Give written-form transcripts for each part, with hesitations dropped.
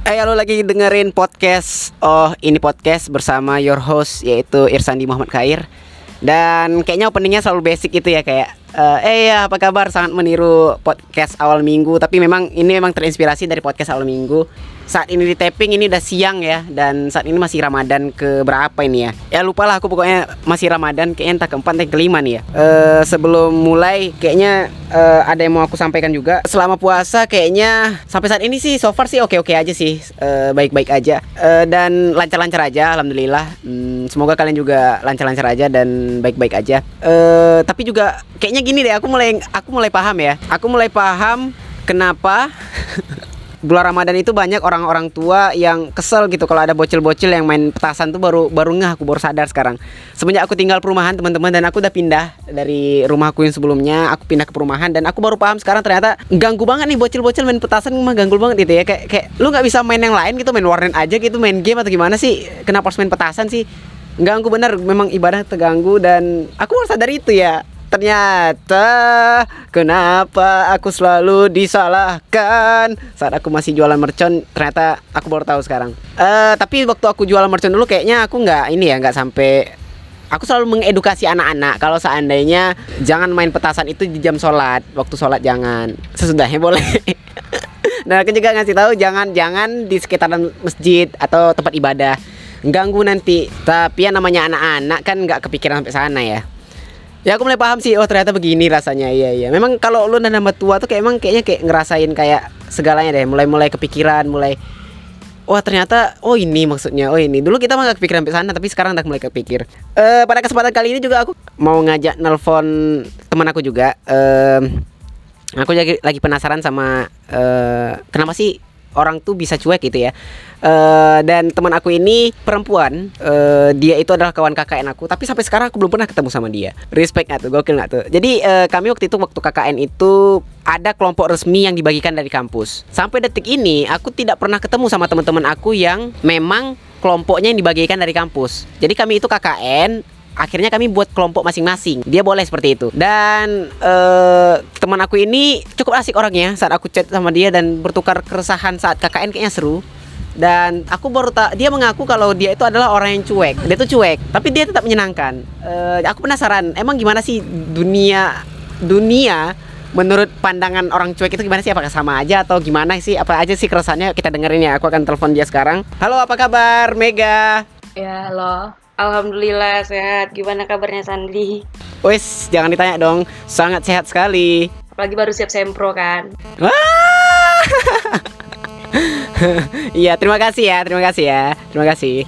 Lo lagi dengerin podcast. Oh, ini podcast bersama your host yaitu Irsandi Muhammad Khair. Dan kayaknya openingnya selalu basic gitu ya, kayak ya apa kabar, sangat meniru podcast awal minggu. Tapi ini memang terinspirasi dari podcast awal minggu. Saat ini di taping ini udah siang ya, dan saat ini masih Ramadan ke berapa ini ya? Ya lupa lah aku, pokoknya masih Ramadan, kayaknya entah keempat entah kelima nih ya. Sebelum mulai kayaknya ada yang mau aku sampaikan juga. Selama puasa kayaknya sampai saat ini sih so far sih oke-oke aja sih, baik-baik aja, dan lancar-lancar aja alhamdulillah. Semoga kalian juga lancar-lancar aja dan baik-baik aja. Tapi juga kayaknya gini deh, aku mulai paham ya. Aku mulai paham kenapa bulan Ramadan itu banyak orang-orang tua yang kesel gitu kalau ada bocil-bocil yang main petasan tuh. Baru aku baru sadar sekarang. Semenjak aku tinggal perumahan teman-teman, dan aku udah pindah dari rumahku yang sebelumnya, aku pindah ke perumahan, dan aku baru paham sekarang ternyata ganggu banget nih bocil-bocil main petasan, mah ganggu banget gitu ya. Kayak lu nggak bisa main yang lain gitu, main warnet aja gitu, main game atau gimana sih? Kenapa harus main petasan sih? Ganggu bener, memang ibadah terganggu, dan aku baru sadar itu ya. Ternyata kenapa aku selalu disalahkan saat aku masih jualan mercon. Ternyata aku baru tahu sekarang. Tapi waktu aku jualan mercon dulu kayaknya aku nggak sampai. Aku selalu mengedukasi anak-anak kalau seandainya jangan main petasan itu di jam sholat. Waktu sholat jangan, sesudahnya boleh. Dan aku juga ngasih tahu jangan di sekitaran masjid atau tempat ibadah, ganggu nanti. Tapi ya namanya anak-anak kan nggak kepikiran sampai sana ya. Ya aku mulai paham sih, oh ternyata begini rasanya. Iya. Memang kalau lu udah nambah tua tuh kayaknya ngerasain kayak segalanya deh. Mulai kepikiran, wah ternyata ini maksudnya, ini. Dulu kita mah gak kepikiran sampai sana, tapi sekarang udah mulai kepikir. Pada kesempatan kali ini juga aku mau ngajak nelpon teman aku juga. Aku lagi penasaran sama kenapa sih orang tuh bisa cuek gitu ya. Dan teman aku ini perempuan, dia itu adalah kawan KKN aku, tapi sampai sekarang aku belum pernah ketemu sama dia. Respect gak tuh, gokil gak tuh. Jadi kami waktu KKN itu ada kelompok resmi yang dibagikan dari kampus. Sampai detik ini aku tidak pernah ketemu sama teman-teman aku yang memang kelompoknya yang dibagikan dari kampus. Jadi kami itu KKN, akhirnya kami buat kelompok masing-masing. Dia boleh seperti itu. Dan teman aku ini cukup asik orangnya. Saat aku chat sama dia dan bertukar keresahan saat KKN kayaknya seru. Dan aku baru dia mengaku kalau dia itu adalah orang yang cuek. Dia tuh cuek, tapi dia tetap menyenangkan. Aku penasaran, emang gimana sih dunia menurut pandangan orang cuek itu gimana sih? Apakah sama aja atau gimana sih? Apa aja sih keresahannya? Kita dengerin ya. Aku akan telepon dia sekarang. Halo, apa kabar Mega? Ya, halo. Alhamdulillah sehat. Gimana kabarnya Sandi? Wes, jangan ditanya dong. Sangat sehat sekali. Apalagi baru siap sempro kan. Wah. Iya, terima kasih ya. Terima kasih.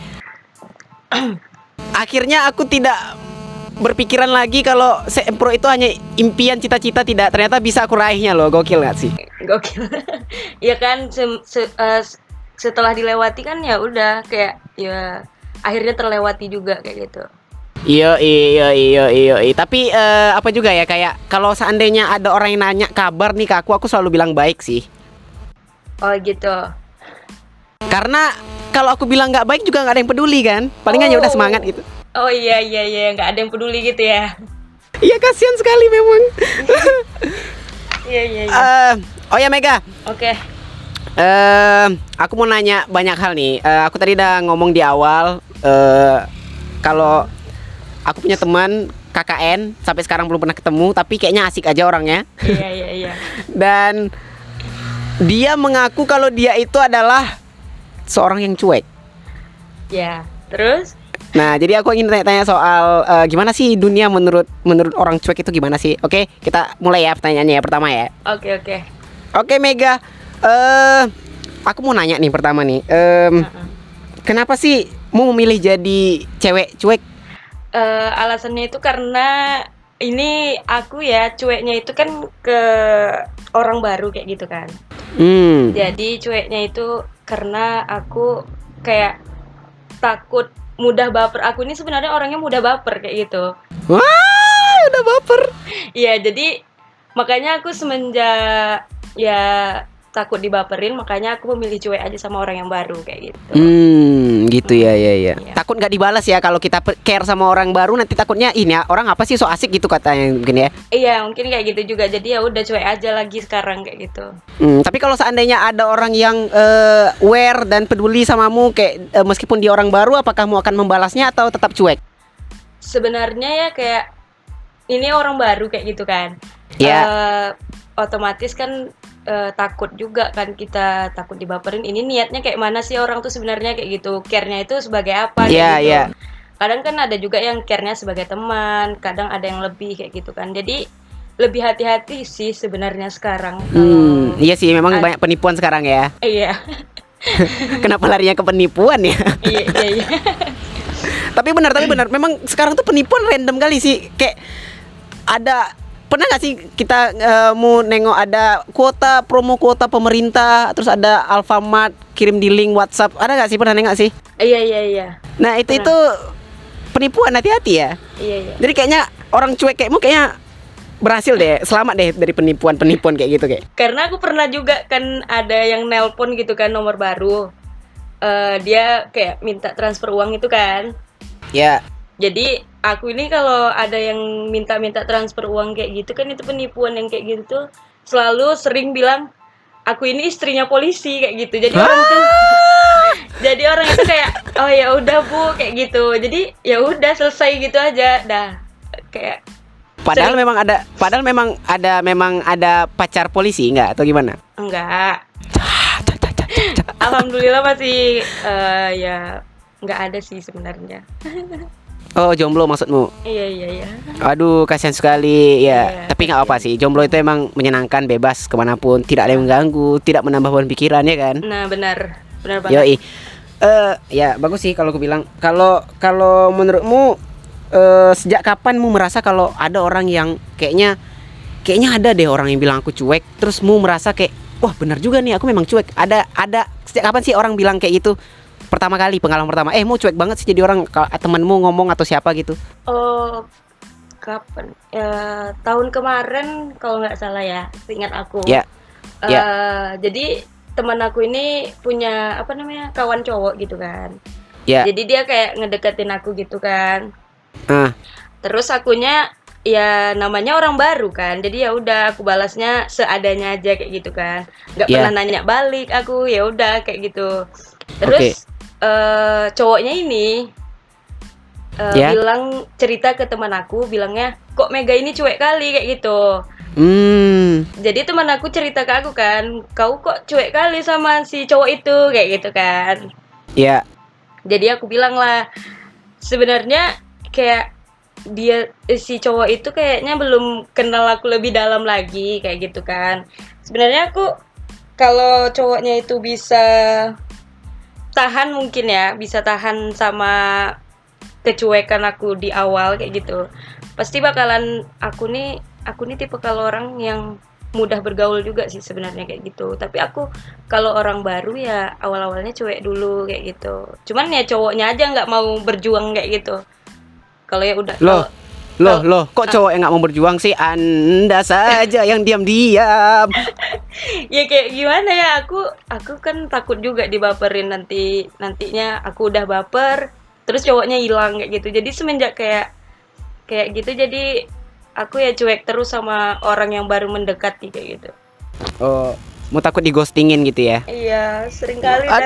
Akhirnya aku tidak berpikiran lagi kalau sempro itu hanya impian, cita-cita. Tidak, ternyata bisa aku raihnya loh. Gokil gak sih? Gokil. Ya kan, setelah dilewati kan ya udah kayak ya akhirnya terlewati juga kayak gitu. Iya. Tapi apa juga ya, kayak kalau seandainya ada orang yang nanya kabar nih ke aku selalu bilang baik sih. Oh gitu. Karena kalau aku bilang nggak baik juga nggak ada yang peduli kan. Palingan ya udah semangat gitu. Oh iya, nggak ada yang peduli gitu ya. Iya, kasihan sekali memang. Iya. Oh ya Mega. Oke. Aku mau nanya banyak hal nih. Aku tadi udah ngomong di awal kalau aku punya teman KKN sampai sekarang belum pernah ketemu, tapi kayaknya asik aja orangnya. Iya. Dan dia mengaku kalau dia itu adalah seorang yang cuek. Ya, terus? Nah, jadi aku ingin tanya soal gimana sih dunia menurut orang cuek itu gimana sih? Oke, kita mulai ya pertanyaannya ya pertama ya. Oke Mega. Aku mau nanya nih pertama nih. Kenapa sih mau memilih jadi cewek cuek? Alasannya itu karena ini aku ya cueknya itu kan ke orang baru kayak gitu kan. Jadi cueknya itu karena aku kayak takut mudah baper. Aku ini sebenarnya orangnya mudah baper kayak gitu. Wah, udah baper. Iya, jadi makanya aku semenjak ya takut dibaperin, makanya aku memilih cuek aja sama orang yang baru kayak gitu. Gitu ya, ya. Takut nggak dibalas ya kalau kita care sama orang baru, nanti takutnya ini ya orang apa sih so asik gitu katanya mungkin ya. Iya, mungkin kayak gitu juga. Jadi ya udah cuek aja lagi sekarang kayak gitu. Tapi kalau seandainya ada orang yang aware dan peduli samamu kayak meskipun dia orang baru, apakah kamu akan membalasnya atau tetap cuek? Sebenarnya ya kayak ini orang baru kayak gitu kan. Otomatis kan takut juga kan, kita takut dibaperin. Ini niatnya kayak mana sih orang tuh sebenarnya kayak gitu. Care-nya itu sebagai apa kayak gitu. Kadang kan ada juga yang care-nya sebagai teman, kadang ada yang lebih kayak gitu kan. Jadi lebih hati-hati sih sebenarnya sekarang. Iya sih, memang banyak penipuan sekarang ya. Iya. Kenapa larinya ke penipuan ya? Iya. Tapi benar, memang sekarang tuh penipuan random kali sih. Kayak ada, pernah gak sih kita mau nengok ada promo kuota pemerintah, terus ada Alfamart kirim di link WhatsApp, ada gak sih, pernah nengok sih? Iya. Nah itu penipuan, hati-hati ya. Iya. Jadi kayaknya orang cuek kayakmu kayaknya berhasil deh, selamat deh dari penipuan kayak gitu kayak. Karena aku pernah juga kan ada yang nelpon gitu kan, nomor baru. Dia kayak minta transfer uang itu kan. Ya. Jadi aku ini kalau ada yang minta transfer uang kayak gitu kan, itu penipuan yang kayak gitu tuh selalu sering bilang aku ini istrinya polisi kayak gitu. Jadi orang itu kayak oh ya udah Bu kayak gitu. Jadi ya udah selesai gitu aja dah. Kayak padahal memang ada pacar polisi enggak atau gimana? Enggak. Alhamdulillah masih ya enggak ada sih sebenarnya. Oh, jomblo maksudmu? Iya. Aduh, kasihan sekali ya. Tapi nggak apa sih, jomblo itu emang menyenangkan, bebas kemanapun, tidak ada yang mengganggu, tidak menambah beban pikiran ya kan? Nah benar banget. Yoi. Ya bagus sih kalau aku bilang. Kalau menurutmu sejak kapan mu merasa kalau ada orang yang kayaknya ada deh orang yang bilang aku cuek, terus mu merasa kayak wah benar juga nih aku memang cuek. Ada sejak kapan sih orang bilang kayak gitu? Pertama kali, pengalaman pertama, mau cuek banget sih jadi orang, temanmu ngomong atau siapa gitu? Oh, kapan? Tahun kemarin kalau nggak salah ya, ingat aku. Ya. Jadi teman aku ini punya kawan cowok gitu kan. Ya. Jadi dia kayak ngedeketin aku gitu kan. Terus akunya ya namanya orang baru kan, jadi ya udah aku balasnya seadanya aja kayak gitu kan, nggak pernah nanya balik aku, ya udah kayak gitu. Terus cowoknya ini bilang, cerita ke teman aku, bilangnya kok Mega ini cuek kali kayak gitu. Jadi teman aku cerita ke aku kan, kau kok cuek kali sama si cowok itu kayak gitu kan. Iya. Jadi aku bilang lah, sebenarnya kayak si cowok itu kayaknya belum kenal aku lebih dalam lagi kayak gitu kan. Sebenarnya aku kalau cowoknya itu bisa tahan, mungkin ya bisa tahan sama kecuekan aku di awal kayak gitu, pasti bakalan aku nih tipe kalau orang yang mudah bergaul juga sih sebenarnya kayak gitu. Tapi aku kalau orang baru ya awal-awalnya cuek dulu kayak gitu. Cuman ya cowoknya aja nggak mau berjuang kayak gitu. Kalau ya udah Loh, kok cowok yang nggak mau berjuang sih? Anda saja yang diam-diam. Ya kayak gimana ya, aku kan takut juga dibaperin nantinya aku udah baper, terus cowoknya hilang kayak gitu. Jadi semenjak kayak gitu, jadi aku ya cuek terus sama orang yang baru mendekati kayak gitu. Oh, mau takut digostingin gitu ya? Iya, sering kali dah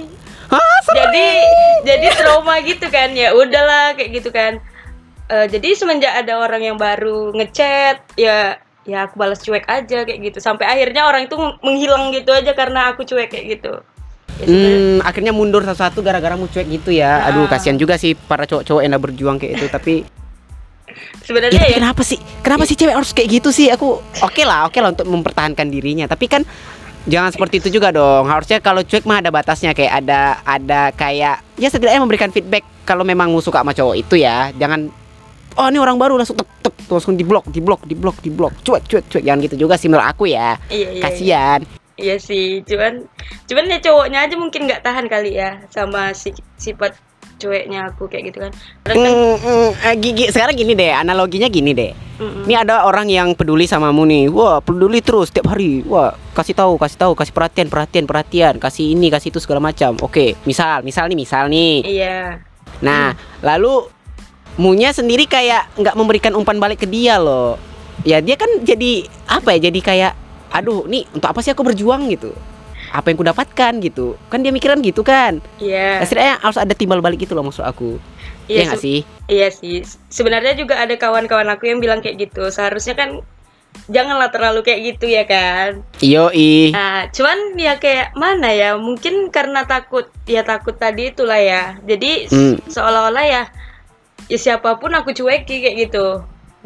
jadi trauma gitu kan. Ya udahlah kayak gitu kan. Jadi semenjak ada orang yang baru ngechat, ya aku balas cuek aja kayak gitu. Sampai akhirnya orang itu menghilang gitu aja karena aku cuek kayak gitu. Ya, akhirnya mundur satu-satu gara-gara mu cuek gitu ya. Aduh, kasihan juga sih para cowok-cowok yang udah berjuang kayak itu. Tapi sebenarnya ya kenapa sih cewek harus kayak gitu sih? Aku oke lah untuk mempertahankan dirinya. Tapi kan jangan seperti itu juga dong. Harusnya kalau cuek mah ada batasnya, kayak ada kayak ya setidaknya memberikan feedback kalau memang mu suka sama cowok itu ya. Jangan ini orang baru langsung langsung diblok, cuek, jangan gitu juga sih menurut aku ya. Iya. Kasian. Iya sih, cuman ya cowoknya aja mungkin nggak tahan kali ya sama sifat cueknya aku kayak gitu kan. Kadang Sekarang gini deh, analoginya gini deh. Ini ada orang yang peduli samamu nih. Wah, peduli terus setiap hari. Wah, kasih tahu, kasih perhatian, kasih ini, kasih itu segala macam. Oke, misal nih. iya. Nah, lalu munya sendiri kayak nggak memberikan umpan balik ke dia loh. Ya dia kan jadi apa ya? Jadi kayak, aduh, nih untuk apa sih aku berjuang gitu? Apa yang ku dapatkan gitu? Kan dia mikiran gitu kan? Iya. Setidaknya harus ada timbal balik gitu loh maksud aku. Iya nggak sih? Iya sih. Sebenarnya juga ada kawan-kawan aku yang bilang kayak gitu. Seharusnya kan janganlah terlalu kayak gitu ya kan. Yoi. Nah, cuman ya kayak mana ya? Mungkin karena takut tadi itulah ya. Jadi seolah-olah ya siapapun aku cueki kayak gitu.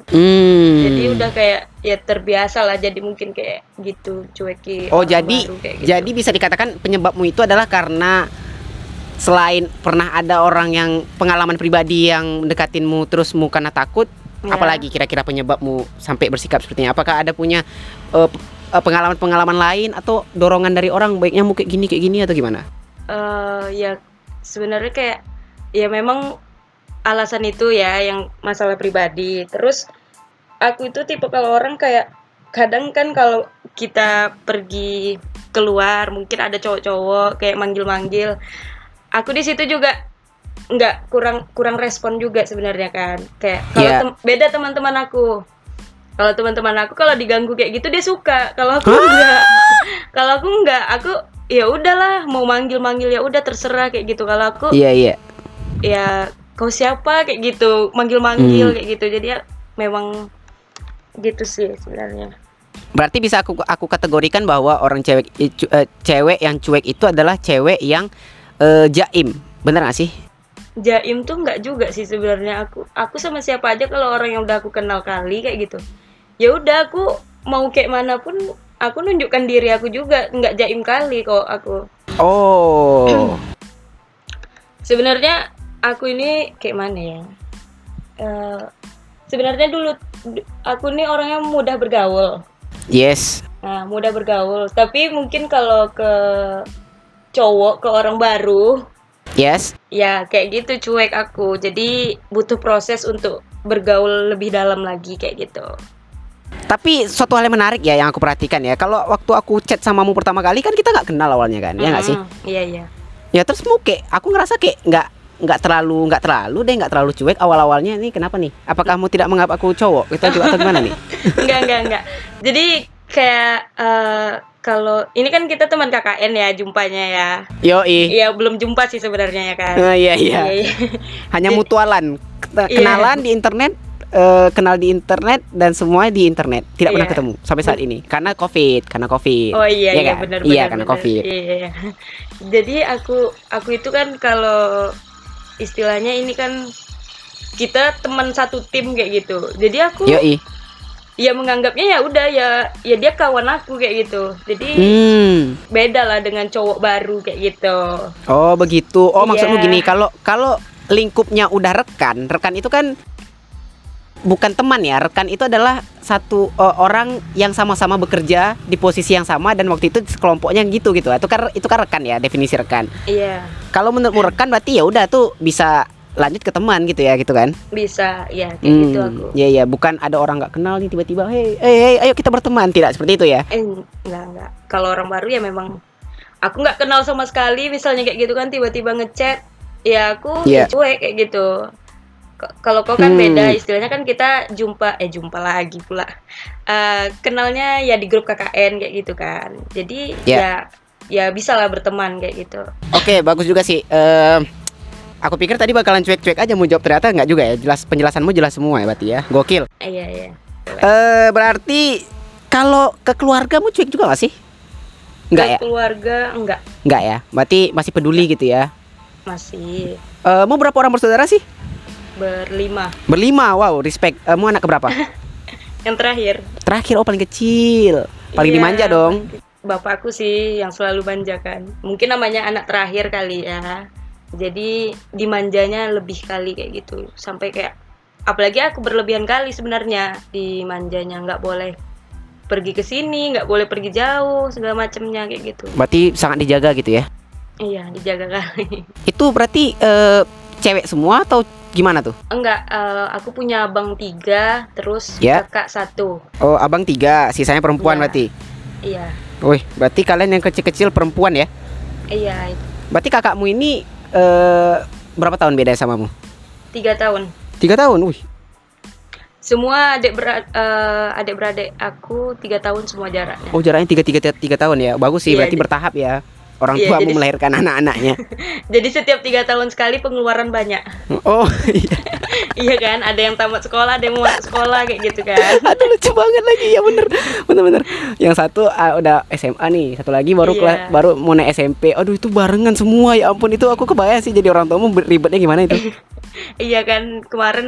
Jadi udah kayak ya terbiasa lah. Jadi mungkin kayak gitu cueki. Oh, orang jadi baru kayak gitu. jadi bisa dikatakan penyebabmu itu adalah karena selain pernah ada orang yang pengalaman pribadi yang mendekatinmu terus mu karena takut, Ya. apalagi kira-kira penyebabmu sampai bersikap sepertinya? Apakah ada punya pengalaman-pengalaman lain atau dorongan dari orang baiknya mu kayak gini atau gimana? Ya sebenarnya kayak ya memang alasan itu ya yang masalah pribadi. Terus aku itu tipe kalau orang kayak kadang kan kalau kita pergi keluar mungkin ada cowok-cowok kayak manggil-manggil. Aku di situ juga nggak kurang respon juga sebenarnya kan. Kayak kalau beda teman-teman aku. Kalau teman-teman aku kalau diganggu kayak gitu dia suka. Kalau aku enggak. Kalau aku enggak, aku ya udahlah mau manggil-manggil ya udah terserah kayak gitu. Kalau aku Iya. Ya kau siapa kayak gitu, manggil-manggil kayak gitu. Jadi ya memang gitu sih sebenarnya. Berarti bisa aku kategorikan bahwa orang cewek yang cuek itu adalah cewek yang jaim. Bener gak sih? Jaim tuh nggak juga sih sebenarnya aku sama siapa aja kalau orang yang udah aku kenal kali kayak gitu. Ya udah aku mau kayak mana pun aku nunjukkan diri aku juga, nggak jaim kali kok aku. Oh. Sebenarnya aku ini kayak mana ya? Sebenarnya dulu aku ini orangnya mudah bergaul. Yes. Nah, mudah bergaul. Tapi mungkin kalau ke cowok, ke orang baru, Yes. ya kayak gitu cuek aku. Jadi butuh proses untuk bergaul lebih dalam lagi kayak gitu. Tapi suatu hal yang menarik ya yang aku perhatikan ya. Kalau waktu aku chat samamu pertama kali kan kita nggak kenal awalnya kan, ya nggak sih? Iya. Ya terus aku ngerasa kayak nggak terlalu cuek awal-awalnya. Ini kenapa nih? Apakah kamu tidak menganggap aku cowok? Itu juga atau gimana nih? Enggak. Jadi kayak kalau ini kan kita teman KKN ya jumpanya ya. Yoi. Iya belum jumpa sih sebenarnya ya kan. Iya. Hanya mutualan, kenalan di internet, kenal di internet dan semua di internet. Tidak pernah ketemu sampai saat ini karena COVID. Oh iya kan? benar. Iya karena COVID. Iya. Jadi aku itu kan kalau istilahnya ini kan kita teman satu tim kayak gitu. Jadi aku ya menganggapnya ya udah ya dia kawan aku kayak gitu. Jadi beda lah dengan cowok baru kayak gitu. Oh begitu. Oh maksudmu gini, kalau lingkupnya udah rekan itu kan bukan teman ya. Rekan itu adalah satu orang yang sama-sama bekerja di posisi yang sama dan waktu itu kelompoknya gitu. Itu kan rekan ya, definisi rekan. Iya. Kalau menurutmu rekan berarti ya udah tuh bisa lanjut ke teman gitu ya, gitu kan? Bisa, ya kayak gitu aku. Iya, bukan ada orang nggak kenal nih tiba-tiba, hey, ayo kita berteman, tidak seperti itu ya? Enggak. Kalau orang baru ya memang aku nggak kenal sama sekali, misalnya kayak gitu kan tiba-tiba ngechat, ya aku cuek kayak gitu. Kalau kau kan beda, istilahnya kan kita jumpa lagi pula. Kenalnya ya di grup KKN kayak gitu kan. Jadi ya bisa lah berteman kayak gitu. Oke, bagus juga sih. Aku pikir tadi bakalan cuek-cuek aja mau jawab, ternyata nggak juga ya. Penjelasanmu jelas semua ya berarti ya. Gokil. Iya. Berarti kalau ke keluargamu cuek juga nggak sih? Enggak ya? Keluarga enggak. Enggak ya. Berarti masih peduli gitu ya. Masih. Mau berapa orang bersaudara sih? Berlima. Wow, respect. Mau anak keberapa? Yang terakhir. Oh, paling kecil. Paling dimanja dong. Bapakku sih yang selalu manja kan. Mungkin namanya anak terakhir kali ya. Jadi dimanjanya lebih kali kayak gitu. Sampai kayak apalagi aku berlebihan kali sebenarnya dimanjanya, nggak boleh pergi ke sini, nggak boleh pergi jauh, segala macamnya kayak gitu. Berarti sangat dijaga gitu ya? Iya, dijaga kali. Itu berarti cewek semua atau gimana tuh? Enggak, aku punya abang 3, terus Ya. kakak 1. Oh, abang 3, sisanya perempuan Iya. berarti. Iya, Wih, berarti kalian yang kecil-kecil perempuan ya? iya, Berarti kakakmu ini berapa tahun beda samamu? 3 tahun. 3 tahun, wih. Semua adik beradik aku 3 tahun semua jaraknya. Oh, jaraknya 3 tahun ya. Bagus sih, Iya, berarti bertahap ya. Orang Iya, tua jadi- melahirkan anak-anaknya. Jadi setiap 3 tahun sekali pengeluaran banyak. Oh, iya. Iya kan, ada yang tamat sekolah, ada yang mau masuk sekolah kayak gitu kan. Aduh, lucu banget lagi ya, bener. Yang satu udah SMA nih, satu lagi baru Iya. baru mau naik SMP. Aduh, itu barengan semua ya ampun, itu aku kebayang sih jadi orang tuamu ribetnya gimana itu. Iya kan,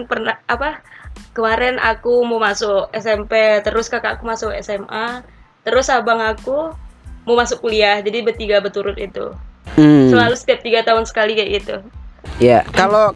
Kemarin aku mau masuk SMP, terus kakakku masuk SMA, terus abang aku mau masuk kuliah, jadi bertiga berturut itu. Selalu setiap 3 tahun sekali kayak gitu. Ya, kalau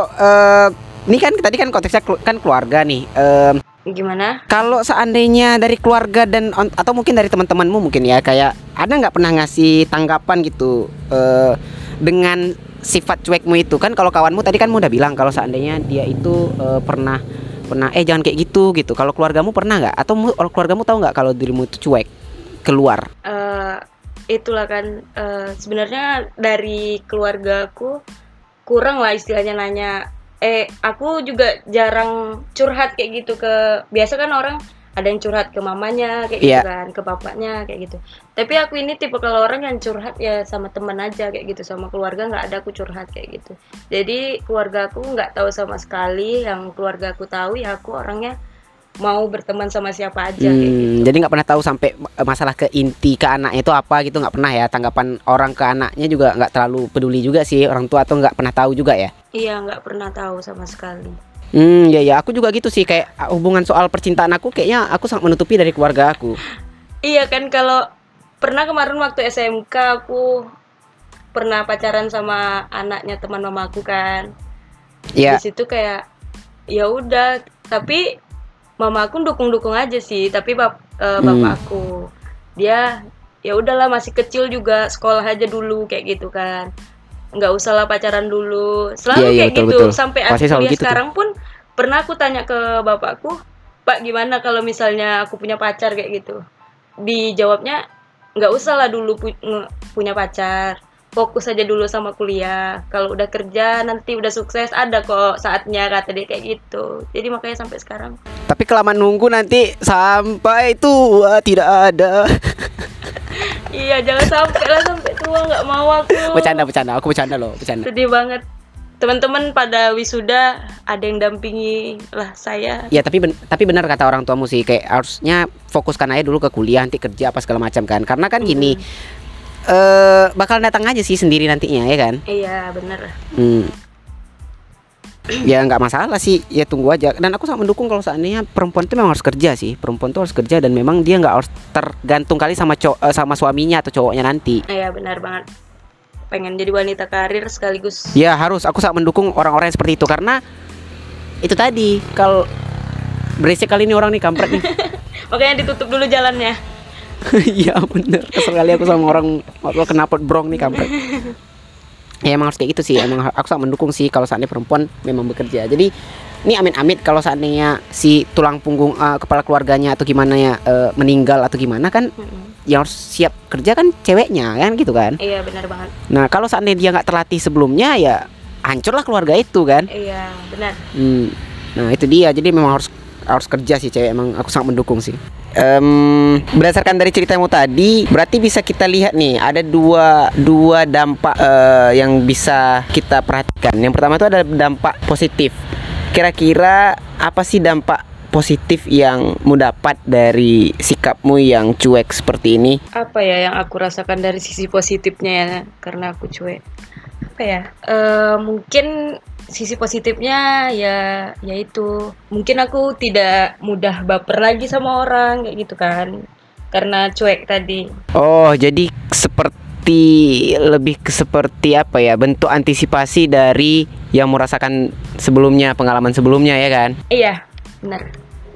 ini kan tadi kan konteksnya kan keluarga nih. Gimana? Kalau seandainya dari keluarga atau mungkin dari teman-temanmu mungkin ya, kayak ada nggak pernah ngasih tanggapan gitu dengan sifat cuekmu itu? Kan kalau kawanmu tadi kan udah bilang kalau seandainya dia itu pernah jangan kayak gitu. Kalau keluargamu pernah nggak? Atau keluargamu tahu nggak kalau dirimu itu cuek keluar? Itulah kan, sebenarnya dari keluargaku kurang lah istilahnya nanya. Aku juga jarang curhat kayak gitu biasa kan orang ada yang curhat ke mamanya kayak gitu kan, ke bapaknya kayak gitu. Tapi aku ini tipe kalau orang yang curhat ya sama teman aja kayak gitu, sama keluarga nggak ada aku curhat kayak gitu. Jadi keluarga aku nggak tahu sama sekali, yang keluarga aku tahu ya aku orangnya mau berteman sama siapa aja kayak gitu. Jadi nggak pernah tahu sampai masalah ke inti ke anaknya itu apa gitu, nggak pernah ya. Tanggapan orang ke anaknya juga nggak terlalu peduli juga sih orang tua, atau nggak pernah tahu juga ya? Iya, nggak pernah tahu sama sekali. Ya aku juga gitu sih, kayak hubungan soal percintaan aku kayaknya aku sangat menutupi dari keluarga aku. Iya kan, kalau pernah kemarin waktu SMK aku pernah pacaran sama anaknya teman mamaku kan. Iya. Di situ kayak ya udah, tapi mama aku dukung-dukung aja sih, tapi bapak aku dia ya udahlah masih kecil juga, sekolah aja dulu kayak gitu kan, nggak usah lah pacaran dulu, selalu Iya, kayak betul, gitu betul. sampai Pasti aku selalu kuliah gitu tuh. sekarang pun pernah aku tanya ke bapakku, Pak gimana kalau misalnya aku punya pacar kayak gitu, dijawabnya nggak usah lah dulu punya pacar, fokus aja dulu sama kuliah, kalau udah kerja nanti udah sukses ada kok saatnya, kata dia kayak gitu. Jadi makanya sampai sekarang. Tapi kelamaan nunggu nanti sampai tua tidak ada. Iya, jangan sampai lah, sampai tua nggak mau aku. Aku bercanda loh, bercanda. Sedih banget. Teman-teman pada wisuda ada yang dampingi lah saya. Ya tapi benar kata orang tuamu sih, kayak harusnya fokuskan aja dulu ke kuliah, nanti kerja apa segala macam kan. Karena kan gini, bakal datang aja sih sendiri nantinya ya kan. Iya, bener. Ya nggak masalah sih, ya tunggu aja. Dan aku sangat mendukung kalau seandainya perempuan itu memang harus kerja sih. Perempuan itu harus kerja dan memang dia nggak harus tergantung kali sama sama suaminya atau cowoknya nanti. Iya, benar banget. Pengen jadi wanita karir sekaligus. Ya harus, aku sangat mendukung orang-orang yang seperti itu, karena itu tadi, kalau berisik kali ini orang nih, kampret nih. Makanya ditutup dulu jalannya. Iya bener, kesel kali aku sama orang kenapa brong nih, kampret. Ya emang harus kayak gitu sih. Emang aku sangat mendukung sih kalau seandainya perempuan memang bekerja. Jadi ini amit-amit kalau seandainya si tulang punggung kepala keluarganya atau gimana ya meninggal atau gimana kan, yang harus siap kerja kan ceweknya kan gitu kan. Iya, benar banget. Nah kalau seandainya dia nggak terlatih sebelumnya ya hancurlah keluarga itu kan. Iya, benar. Nah itu dia, jadi memang harus kerja sih cewek. Emang aku sangat mendukung sih. Berdasarkan dari ceritamu tadi, berarti bisa kita lihat nih ada dua dampak yang bisa kita perhatikan. Yang pertama itu ada dampak positif. Kira-kira apa sih dampak positif yang mu dapat dari sikapmu yang cuek seperti ini? Apa ya yang aku rasakan dari sisi positifnya ya, karena aku cuek? Apa ya? Mungkin sisi positifnya ya yaitu mungkin aku tidak mudah baper lagi sama orang kayak gitu kan, karena cuek tadi. Oh, jadi lebih seperti apa ya, bentuk antisipasi dari yang merasakan sebelumnya, pengalaman sebelumnya ya kan? Iya, benar.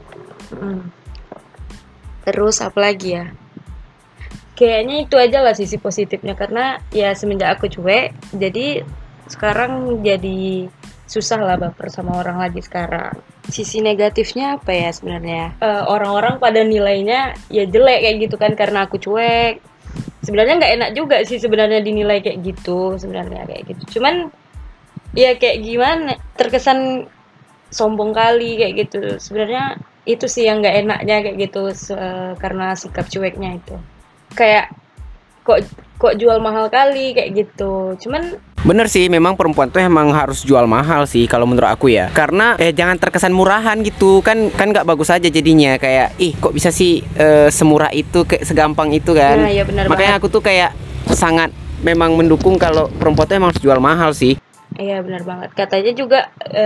Terus apa lagi ya? Kayaknya itu aja lah sisi positifnya, karena ya semenjak aku cuek, jadi sekarang jadi susah lah baper sama orang lagi sekarang. Sisi negatifnya apa ya sebenarnya? Orang-orang pada nilainya ya jelek kayak gitu kan karena aku cuek. Sebenarnya nggak enak juga sih sebenarnya dinilai kayak gitu sebenarnya kayak gitu. Cuman ya kayak gimana? Terkesan sombong kali kayak gitu. Sebenarnya itu sih yang nggak enaknya kayak gitu karena sikap cueknya itu. Kayak kok jual mahal kali kayak gitu. Cuman bener sih, memang perempuan tuh emang harus jual mahal sih kalau menurut aku ya. Karena jangan terkesan murahan gitu kan nggak bagus aja jadinya. Kayak kok bisa sih semurah itu, kayak segampang itu kan. Nah, ya benar makanya banget. aku tuh kayak sangat memang mendukung kalau perempuan tuh emang harus jual mahal sih. Iya benar banget. Katanya juga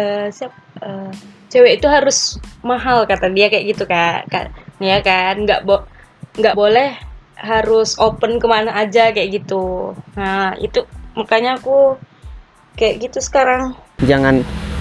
cewek itu harus mahal kata dia kayak gitu kan. Ya kan, nggak boleh harus open kemana aja kayak gitu. Nah itu makanya aku kayak gitu sekarang. Jangan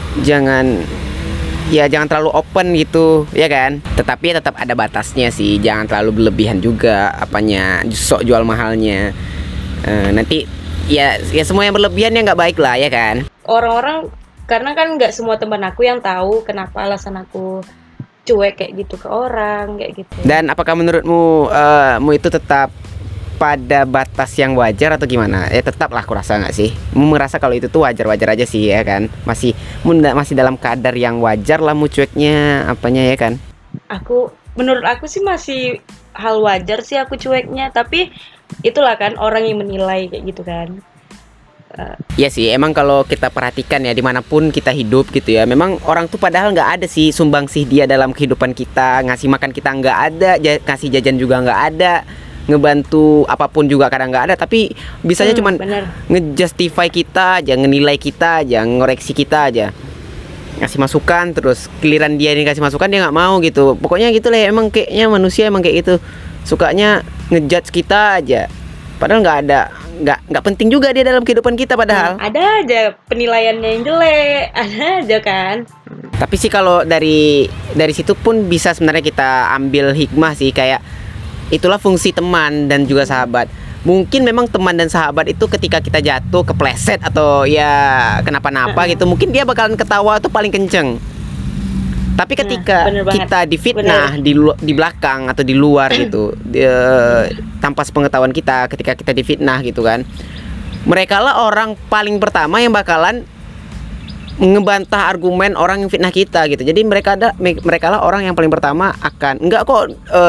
ya jangan terlalu open gitu ya kan. Tetapi ya tetap ada batasnya sih. Jangan terlalu berlebihan juga apanya sok jual mahalnya. Nanti ya semua yang berlebihan ya nggak baik lah ya kan. Orang-orang karena kan nggak semua teman aku yang tahu kenapa alasan aku cuek kayak gitu ke orang kayak gitu. Dan apakah menurutmu itu tetap pada batas yang wajar atau gimana? Ya tetap lah aku rasa nggak sih. Merasa kalau itu tuh wajar-wajar aja sih ya kan. Masih dalam kadar yang wajar lah mu cueknya apanya ya kan. Menurut aku sih masih hal wajar sih aku cueknya, tapi itulah kan orang yang menilai kayak gitu kan. Iya sih, emang kalau kita perhatikan ya dimanapun kita hidup gitu ya, memang orang tuh padahal nggak ada sih sumbangsih dia dalam kehidupan kita. Ngasih makan kita nggak ada, ngasih jajan juga nggak ada, ngebantu apapun juga kadang nggak ada. Tapi bisanya cuman ngejustify kita aja, ngenilai kita aja, ngoreksi kita aja, ngasih masukan. Terus giliran dia nih kasih masukan dia nggak mau gitu. Pokoknya gitu lah, emang kayaknya manusia emang kayak gitu, sukanya ngejudge kita aja. Padahal nggak penting juga dia dalam kehidupan kita padahal. Ada aja penilaiannya yang jelek, ada aja kan. Tapi sih kalau dari situ pun bisa sebenarnya kita ambil hikmah sih, kayak itulah fungsi teman dan juga sahabat. Mungkin memang teman dan sahabat itu ketika kita jatuh, kepleset atau ya kenapa-napa gitu, mungkin dia bakalan ketawa tuh paling kenceng. Tapi ketika kita difitnah di belakang atau di luar gitu, tanpa sepengetahuan kita, ketika kita difitnah gitu kan, mereka lah orang paling pertama yang bakalan ngebantah argumen orang yang fitnah kita gitu. Jadi mereka lah orang yang paling pertama akan enggak kok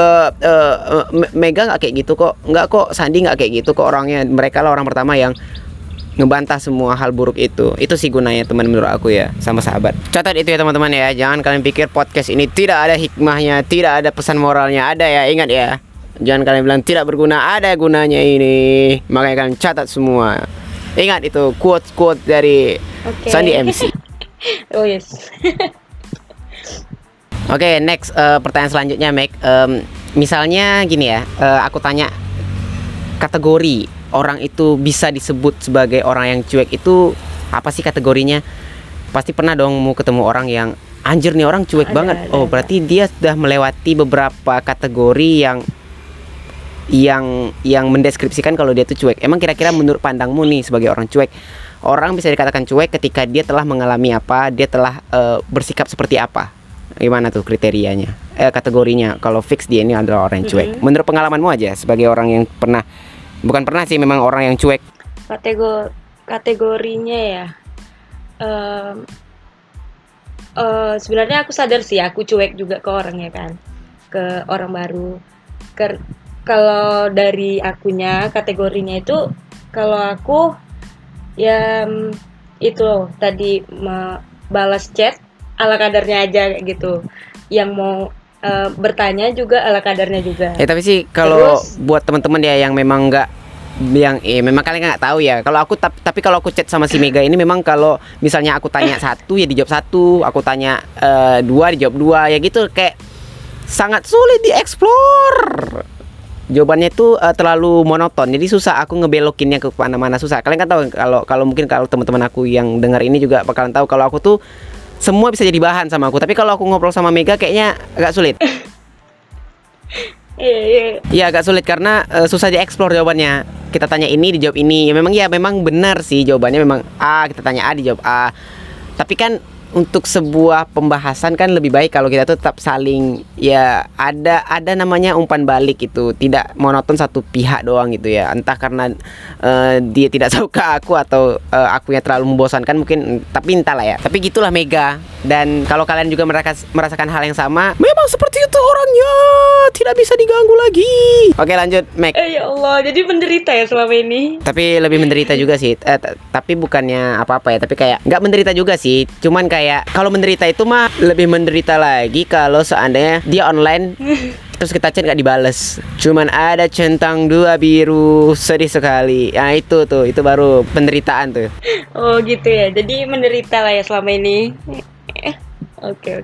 Mega nggak kayak gitu kok, enggak kok Sandi nggak kayak gitu kok orangnya. Mereka lah orang pertama yang ngebantah semua hal buruk itu. Itu sih gunanya teman menurut aku ya, sama sahabat. Catat itu ya teman-teman ya. Jangan kalian pikir podcast ini tidak ada hikmahnya, tidak ada pesan moralnya. Ada ya, ingat ya. Jangan kalian bilang tidak berguna, ada gunanya ini. Makanya kalian catat semua. Ingat itu quote dari Sandi MC. Oh yes. Oke, next pertanyaan selanjutnya, Meg. Misalnya gini ya, aku tanya kategori orang itu bisa disebut sebagai orang yang cuek itu apa sih kategorinya? Pasti pernah dong mau ketemu orang yang anjir nih orang cuek banget. Berarti dia sudah melewati beberapa kategori yang mendeskripsikan kalau dia tuh cuek. Emang kira-kira menurut pandangmu nih sebagai orang cuek, orang bisa dikatakan cuek ketika dia telah mengalami apa, dia telah bersikap seperti apa? Gimana tuh kriterianya? Kategorinya kalau fix dia ini adalah orang yang cuek. Menurut pengalamanmu aja sebagai orang yang bukan pernah sih, memang orang yang cuek. Kategorinya ya. Sebenarnya aku sadar sih aku cuek juga ke orang ya kan, ke orang baru. Kalau dari akunya kategorinya itu, kalau aku ya itu tadi balas chat ala kadarnya aja kayak gitu. Yang mau bertanya juga ala kadarnya juga. Tapi sih kalau buat teman-teman ya yang memang memang kalian nggak tahu ya. Kalau aku tapi kalau aku chat sama si Mega ini, memang kalau misalnya aku tanya satu ya dijawab satu, aku tanya dua dijawab dua ya gitu, kayak sangat sulit dieksplor. Jawabannya itu terlalu monoton, jadi susah aku ngebelokinnya ke mana-mana, susah. Kalian kan tahu kalau mungkin kalau teman-teman aku yang dengar ini juga bakalan tahu kalau aku tuh semua bisa jadi bahan sama aku. Tapi kalau aku ngobrol sama Mega kayaknya agak sulit. Iya agak sulit karena susah dieksplor jawabannya. kita tanya ini dijawab ini. Ya memang benar sih jawabannya memang A, kita tanya A dijawab A. Tapi kan untuk sebuah pembahasan kan lebih baik kalau kita tuh tetap saling ya ada namanya umpan balik itu, tidak monoton satu pihak doang gitu ya. Entah karena dia tidak suka aku atau akunya terlalu membosankan mungkin, tapi entahlah ya. Tapi gitulah Mega. Dan kalau kalian juga merasakan hal yang sama, memang seperti itu orangnya, tidak bisa diganggu lagi. Oke lanjut Meg. Ya Allah, jadi menderita ya selama ini. Tapi lebih menderita juga sih. Tapi bukannya apa-apa ya, tapi kayak nggak menderita juga sih. Cuman kayak kalau menderita itu mah lebih menderita lagi kalau seandainya dia online terus kita chat nggak dibales. Cuman ada centang 2 biru, sedih sekali. Nah itu baru penderitaan tuh. Oh gitu ya. Jadi menderita lah ya selama ini. Oke.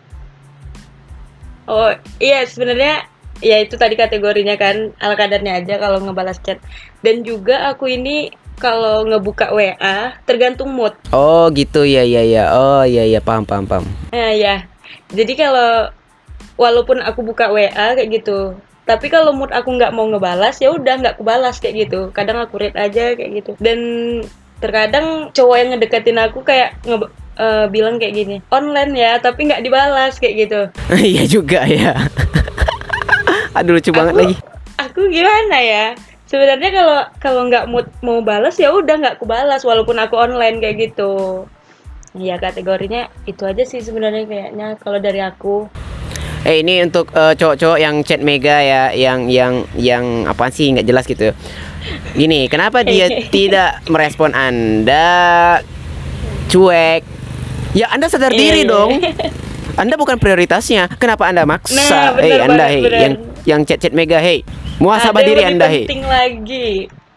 Oh iya, sebenarnya ya itu tadi kategorinya kan, ala kadarnya aja kalau ngebalas chat. Dan juga aku ini kalau ngebuka WA tergantung mood. Oh gitu ya. Oh iya paham. Ya. Jadi kalau walaupun aku buka WA kayak gitu, tapi kalau mood aku nggak mau ngebalas, ya udah nggak kubalas kayak gitu. Kadang aku read aja kayak gitu. Dan terkadang cowok yang ngedeketin aku kayak bilang kayak gini, online ya tapi nggak dibalas kayak gitu. Iya juga ya. Aduh lucu banget lagi. Aku gimana ya? Sebenarnya kalau nggak mau balas ya udah nggak kubalas walaupun aku online kayak gitu. Ya kategorinya itu aja sih sebenarnya kayaknya kalau dari aku. Ini untuk cowok-cowok yang chat Mega ya, yang apaan sih nggak jelas gitu. Gini, kenapa dia tidak merespon Anda? Cuek. Ya Anda sadar diri dong. Anda bukan prioritasnya. Kenapa Anda maksa? Anda yang chat Mega, muhasabah diri Anda, penting lagi.